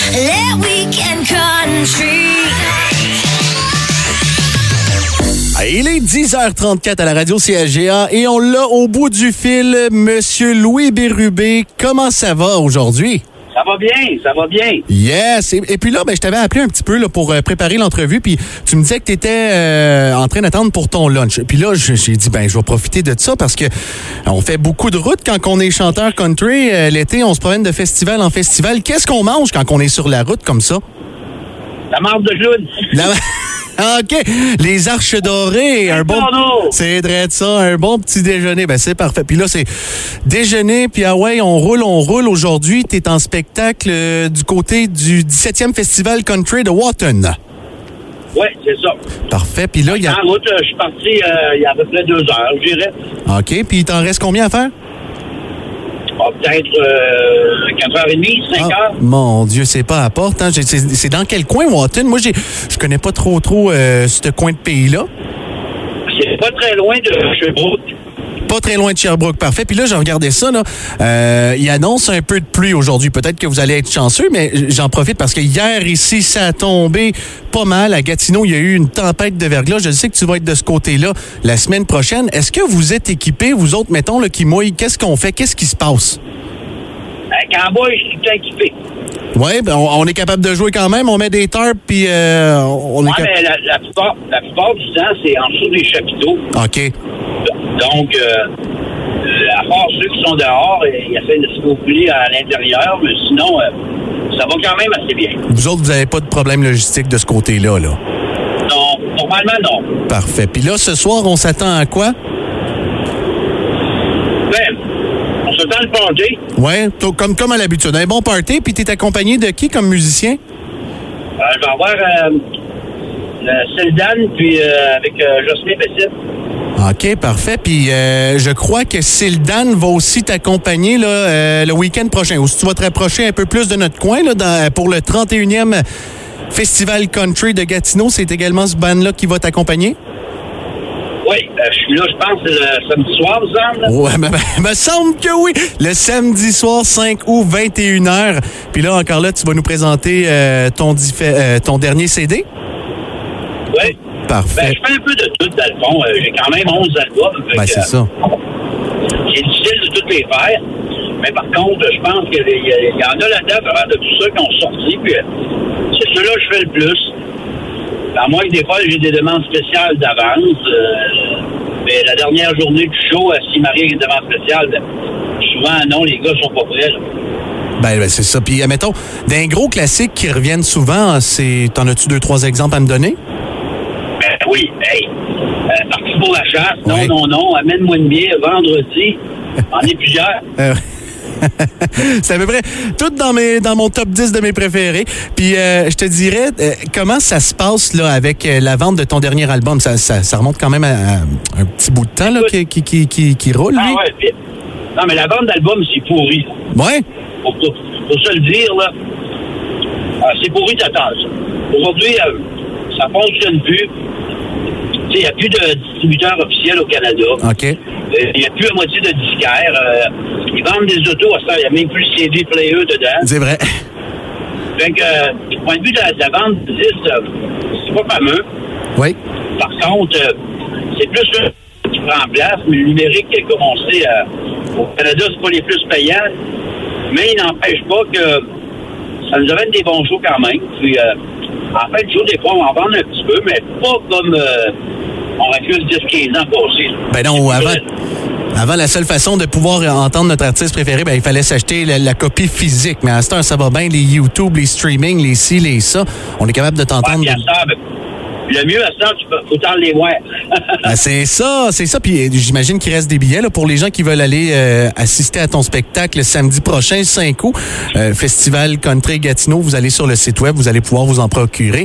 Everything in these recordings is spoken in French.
Les Week-end Country. Il est 10h34 à la radio CHGA et on l'a au bout du fil, Monsieur Louis Bérubé. Comment ça va aujourd'hui? Ça va bien. Yes! Et puis là, je t'avais appelé un petit peu là, pour préparer l'entrevue, puis tu me disais que tu étais en train d'attendre pour ton lunch. Puis là, j'ai dit, je vais profiter de ça parce que on fait beaucoup de routes quand on est chanteur country. L'été, on se promène de festival en festival. Qu'est-ce qu'on mange quand on est sur la route comme ça? La marde de clown. OK. Les arches dorées. C'est vrai de ça. Un bon petit déjeuner. C'est parfait. Puis là, c'est déjeuner. Puis on roule. Aujourd'hui, tu es en spectacle du côté du 17e Festival Country de Wotton. Oui, c'est ça. Parfait. Puis là, En route, je suis parti il y a à peu près 2 heures, je dirais. OK. Puis il t'en reste combien à faire? Peut-être 4h30, 5h. Mon Dieu, c'est pas à la porte. Hein? C'est dans quel coin, Wotton? Moi, je connais pas trop ce coin de pays-là. C'est pas très loin de Sherbrooke. Pas très loin de Sherbrooke, parfait. Puis là, j'ai regardé ça, là. Il annonce un peu de pluie aujourd'hui. Peut-être que vous allez être chanceux, mais j'en profite parce que hier, ici, ça a tombé pas mal. À Gatineau, il y a eu une tempête de verglas. Je sais que tu vas être de ce côté-là la semaine prochaine. Est-ce que vous êtes équipés, vous autres, mettons, là, qui mouillent? Qu'est-ce qu'on fait? Qu'est-ce qui se passe? Cowboy, je suis tout équipé. Oui, on est capable de jouer quand même. On met des tarps, puis on est mais la plupart du temps, c'est en dessous des chapiteaux. OK. Donc, à part ceux qui sont dehors, ils essaient de se couvrir à l'intérieur, mais sinon, ça va quand même assez bien. Vous autres, vous n'avez pas de problème logistique de ce côté-là, là? Non, normalement, non. Parfait. Puis là, ce soir, on s'attend à quoi? On s'attend le party. Oui, comme à l'habitude. Un bon party, puis tu es accompagné de qui comme musicien? Je vais avoir Syldan, puis avec Jocelyn Bessette. OK, parfait. Puis je crois que Syldan va aussi t'accompagner là, le week-end prochain. Ou si tu vas te rapprocher un peu plus de notre coin là, pour le 31e Festival Country de Gatineau, c'est également ce band-là qui va t'accompagner? Oui, je suis là, je pense, le samedi soir, vous semble. Oui, me semble que oui. Le samedi soir, 5 août, 21h. Puis là, encore là, tu vas nous présenter ton dernier CD? Oui. Parfait. Je fais un peu de tout, dans le fond. J'ai quand même 11 albums. C'est ça. C'est difficile de toutes les faire. Mais par contre, je pense qu'il y en a là-dedans, à travers de tout ça qui ont sorti. Puis c'est ceux-là que je fais le plus. À moins que des fois, j'ai des demandes spéciales d'avance. Mais la dernière journée du show, s'il m'arrive une demande spéciale, souvent, non, les gars sont pas prêts. Ben, c'est ça. Puis, admettons, d'un gros classique qui reviennent souvent, t'en as-tu 2-3 exemples à me donner? Oui. Parti pour la chasse. Non. Amène-moi une bière vendredi. En est plusieurs. C'est à peu près tout dans mon top 10 de mes préférés. Puis je te dirais, comment ça se passe là avec la vente de ton dernier album? Ça remonte quand même à un petit bout de temps là, qui roule, lui? Ouais. Non, mais la vente d'album, c'est pourri. Là. Ouais? Faut se le dire, là. C'est pourri total, ça. Aujourd'hui, ça fonctionne plus. Il n'y a plus de distributeurs officiels au Canada. OK. Il n'y a plus la moitié de disquaires. Ils vendent des autos à ça. Il n'y a même plus le CD player dedans. C'est vrai. Donc, du point de vue de la vente de disques, c'est pas fameux. Oui. Par contre, c'est plus ça qui prend place. Mais le numérique qui a commencé au Canada, c'est pas les plus payants. Mais il n'empêche pas que ça nous amène des bons shows quand même. Puis, en fait, le show, des fois, on en vend un petit peu, mais pas comme on recule 10-15 ans passés. Ben non, avant, la seule façon de pouvoir entendre notre artiste préféré, il fallait s'acheter la copie physique. Mais à cette heure, ça va bien, les YouTube, les streaming, les ci, les ça. On est capable de t'entendre. Le mieux à ça, faut t'en les voir. C'est ça. Puis j'imagine qu'il reste des billets là, pour les gens qui veulent aller assister à ton spectacle samedi prochain, 5 août. Festival Country Gatineau. Vous allez sur le site web, vous allez pouvoir vous en procurer.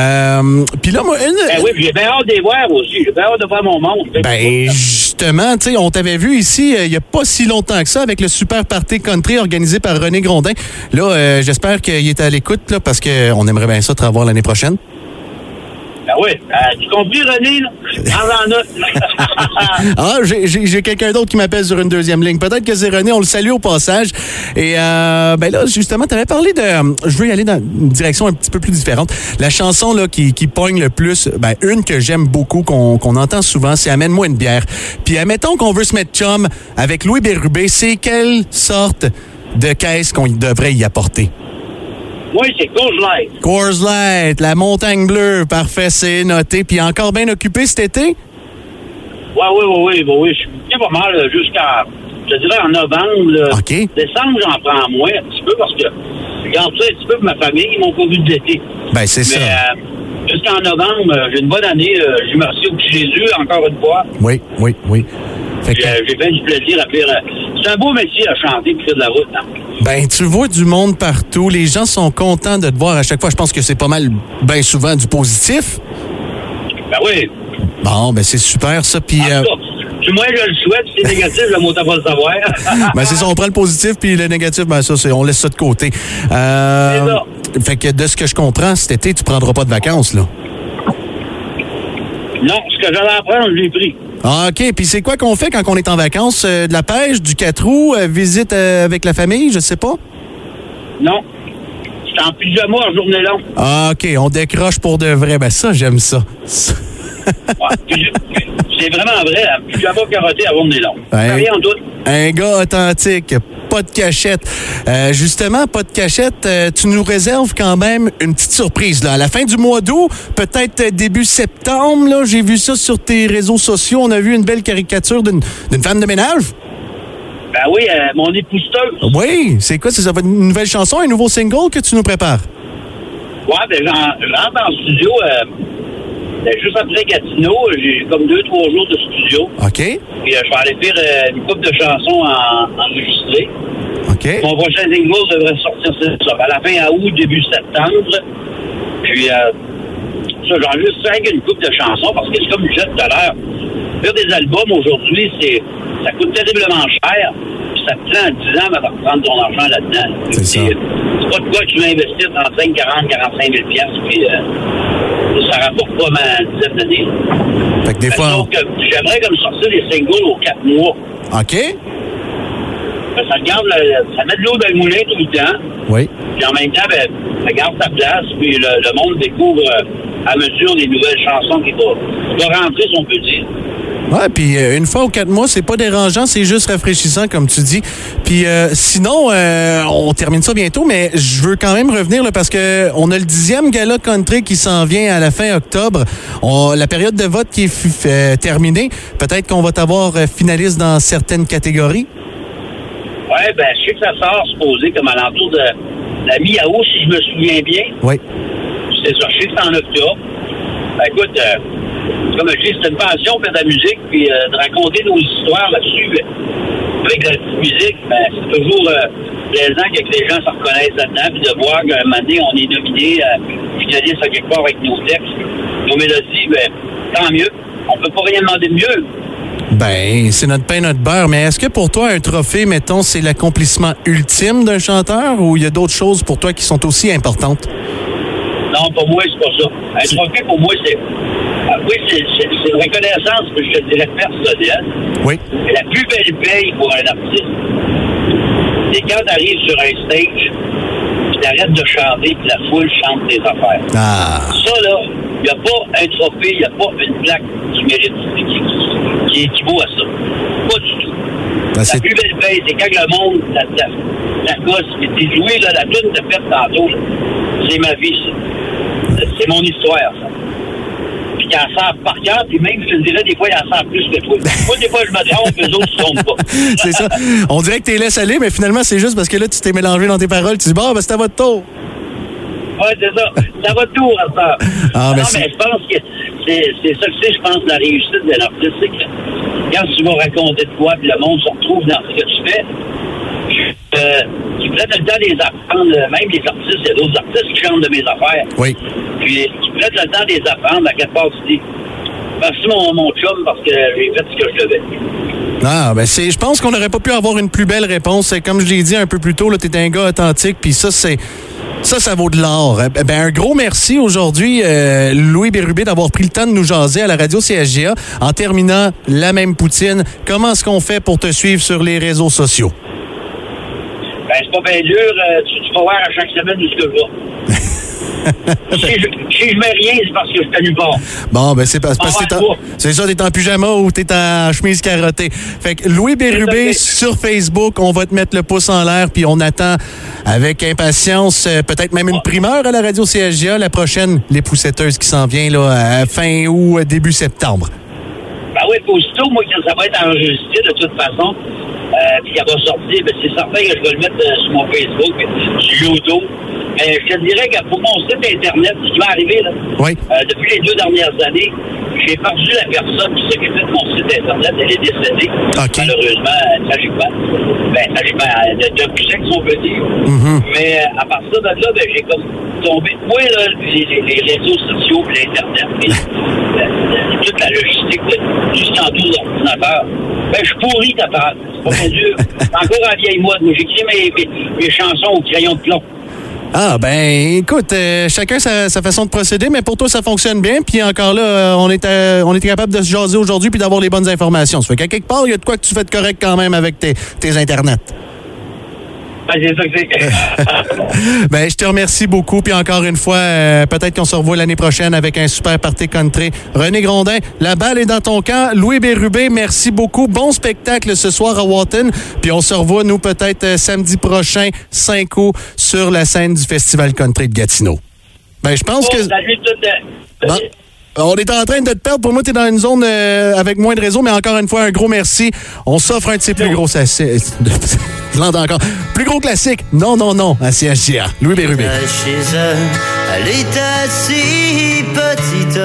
Puis là, moi... oui, j'ai bien hâte de les voir aussi. J'ai bien hâte de voir mon monde. Justement, tu sais, on t'avait vu ici il n'y a pas si longtemps que ça avec le Super Party Country organisé par René Grondin. Là, j'espère qu'il est à l'écoute là, parce qu'on aimerait bien ça te revoir l'année prochaine. oui. Tu compris, René, là? En note. Ah, j'ai quelqu'un d'autre qui m'appelle sur une deuxième ligne. Peut-être que c'est René, on le salue au passage. Et ben là, justement, tu avais parlé de... je veux y aller dans une direction un petit peu plus différente. La chanson là qui pogne le plus, ben une que j'aime beaucoup, qu'on entend souvent, c'est « Amène-moi une bière ». Puis admettons qu'on veut se mettre chum avec Louis Bérubé, c'est quelle sorte de caisse qu'on devrait y apporter? Oui, c'est Coors Light. Coors Light, la montagne bleue, parfait, c'est noté. Puis encore bien occupé cet été? Oui. Je suis bien pas mal jusqu'à, je dirais, en novembre. Là. OK. Décembre, j'en prends moins un petit peu parce que je garde ça un petit peu pour ma famille. Ils m'ont pas vu de l'été. Ben, c'est ça. Mais jusqu'en novembre, j'ai une bonne année. Je remercie au petit Jésus, encore une fois. Oui. Fait que... J'ai bien du plaisir à faire... c'est un beau métier à chanter et faire de la route. Hein? Ben, tu vois du monde partout. Les gens sont contents de te voir à chaque fois. Je pense que c'est pas mal, bien souvent, du positif. Ben oui. Bon, ben c'est super, ça. Puis... Du moins, je le souhaite. Si c'est négatif, le mot, t'as pas le savoir. Ben, c'est ça. On prend le positif, puis le négatif, ben ça, on laisse ça de côté. C'est ça. Fait que de ce que je comprends, cet été, tu prendras pas de vacances, là. Non, ce que j'allais apprendre, je l'ai pris. Ah, OK. Puis c'est quoi qu'on fait quand on est en vacances? De la pêche, du 4 roues, visite avec la famille, je sais pas? Non. C'est en pyjama en journée longue. Ah, OK. On décroche pour de vrai. Ben ça, j'aime ça. Ouais, c'est vraiment vrai. Pyjama carotté à journée longue. Rien en doute. Un gars authentique. Pas de cachette. Justement, pas de cachette. Tu nous réserves quand même une petite surprise. Là. À la fin du mois d'août, peut-être début septembre, là, j'ai vu ça sur tes réseaux sociaux. On a vu une belle caricature d'une femme de ménage. Ben oui, mon épousteuse. Oui, c'est quoi? Ça va être une nouvelle chanson, un nouveau single que tu nous prépares? Ouais, ben j'entre en studio juste après Gatineau. J'ai comme 2-3 jours de studio. OK. Puis je vais aller faire une couple de chansons enregistrées. OK. Mon prochain single devrait sortir ça, à la fin août, début septembre. Puis ça, j'enregistre avec une couple de chansons parce que c'est comme je disais tout à l'heure. Faire des albums aujourd'hui, ça coûte terriblement cher. Puis ça te prend 10 ans avant de prendre ton argent là-dedans. C'est ça. C'est pas de quoi tu vas investir 35, 40, 45 000 puis ça rapporte pas ma dizaine d'années. Fait que des fois... Donc, j'aimerais comme sortir des singles aux 4 mois. OK. Ça garde ça met de l'eau dans le moulin tout le temps. Oui. Puis en même temps, ça garde sa place. Puis le monde découvre à mesure les nouvelles chansons qui vont rentrer, si on peut dire. Ouais, puis une fois ou 4 mois, c'est pas dérangeant, c'est juste rafraîchissant, comme tu dis. Puis sinon, on termine ça bientôt, mais je veux quand même revenir là, parce que on a le 10e gala country qui s'en vient à la fin octobre. La période de vote qui est terminée. Peut-être qu'on va t'avoir finaliste dans certaines catégories. Ouais, ben je sais que ça sort supposé comme à l'entour de la mi-août, si je me souviens bien. Oui. C'est ça, je sais que c'est en octobre. Ben écoute, comme je dis, c'est une passion faire de la musique, puis de raconter nos histoires là-dessus. Avec la petite musique, ben c'est toujours plaisant que les gens se reconnaissent là-dedans, puis de voir qu'à un moment donné, on est nominé, finaliste à quelque part avec nos textes, nos mélodies, ben tant mieux. On peut pas rien demander de mieux. Ben, c'est notre pain, notre beurre. Mais est-ce que pour toi, un trophée, mettons, c'est l'accomplissement ultime d'un chanteur ou il y a d'autres choses pour toi qui sont aussi importantes? Non, pour moi, c'est pas ça. Un trophée, pour moi, c'est une reconnaissance, je te dirais, personnelle. Oui. Mais la plus belle paye pour un artiste, c'est quand tu arrives sur un stage, puis t'arrêtes de chanter, puis la foule chante tes affaires. Ah. Ça, là, il n'y a pas un trophée, il n'y a pas une plaque qui mérite, qui équivaut à ça. Pas du tout. Ben, la plus belle paye, c'est quand le monde, la gosse, qui t'es joué, là, la tune de fait tantôt, là, c'est ma vie, ça. C'est mon histoire, ça. Puis qu'elle en sort par cœur, puis même, je te dirais, des fois, il en sort plus que toi. Moi, des fois, je me trompe, les autres ne se trompent pas. C'est ça. On dirait que tu les laisses aller, mais finalement, c'est juste parce que là, tu t'es mélangé dans tes paroles. Tu dis, bon, ben, c'est à votre tour. Oui, c'est ça. C'est à votre tour, à ça. Ah, non, mais je pense que c'est ça que c'est, je pense, la réussite de l'artiste, c'est que quand tu vas raconter de quoi, puis le monde se retrouve dans ce que tu fais, tu prêtes le temps de les apprendre, même les artistes, il y a d'autres artistes qui chantent de mes affaires. Oui. Puis tu prêtes le temps de les apprendre, à quelque part, tu dis, merci mon chum, parce que j'ai fait ce que je devais. Ah, ben je pense qu'on n'aurait pas pu avoir une plus belle réponse. Comme je l'ai dit un peu plus tôt, là, t'es un gars authentique, puis ça, c'est Ça vaut de l'or. Un gros merci aujourd'hui, Louis Bérubé, d'avoir pris le temps de nous jaser à la radio CSGA. En terminant, la même poutine, comment est-ce qu'on fait pour te suivre sur les réseaux sociaux? C'est pas bien dur. Tu vas voir à chaque semaine où ce que je vais. si je mets rien, c'est parce que je t'allume pas. Bon, c'est parce que c'est ça, t'es en pyjama ou t'es en chemise carottée. Fait que Louis Bérubé sur Facebook, on va te mettre le pouce en l'air, puis on attend avec impatience, peut-être même une primeur à la radio CSGA, la prochaine, les Poussetteuses qui s'en vient là, à fin août, début septembre. Ben oui, aussitôt, moi, quand ça va être enregistré de toute façon, puis ça va sortir, c'est certain que je vais le mettre sur mon Facebook, sur YouTube. Mais je te dirais que pour mon site Internet, ce qui va arriver, là, depuis les 2 dernières années, j'ai perdu la personne qui s'occupait de mon site Internet. Elle est décédée, malheureusement, tragiquement. Tragiquement, d'un plus sec, si on peut dire. Mais à partir de là, j'ai comme tombé. Moi, là, les réseaux sociaux, l'Internet, toute la logistique, juste en tout l'ordinateur, je suis pourri, t'as peur. C'est pas bien dur. C'est encore en vieille mode. Moi, j'écris mes chansons au crayon de plomb. Ah, écoute, chacun sa façon de procéder, mais pour toi, ça fonctionne bien. Puis encore là, on était capable de se jaser aujourd'hui puis d'avoir les bonnes informations. Ça fait qu'à quelque part, il y a de quoi que tu fais de correct quand même avec tes internets. C'est ça que c'est. Je te remercie beaucoup. Puis encore une fois, peut-être qu'on se revoit l'année prochaine avec un super party country. René Grondin, la balle est dans ton camp. Louis Bérubé, merci beaucoup. Bon spectacle ce soir à Wotton. Puis on se revoit, nous, peut-être samedi prochain, 5 août, sur la scène du Festival country de Gatineau. Je pense que... On est en train de te perdre. Pour moi, tu es dans une zone avec moins de réseau, mais encore une fois, un gros merci. On s'offre un de ses plus gros... Je l'entends encore. Plus gros classique. Non, à CSGA. Louis Bérubé. Chez elle, elle était si petite.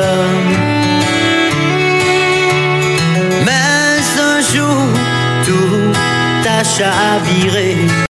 Mais un jour, tout a chaviré.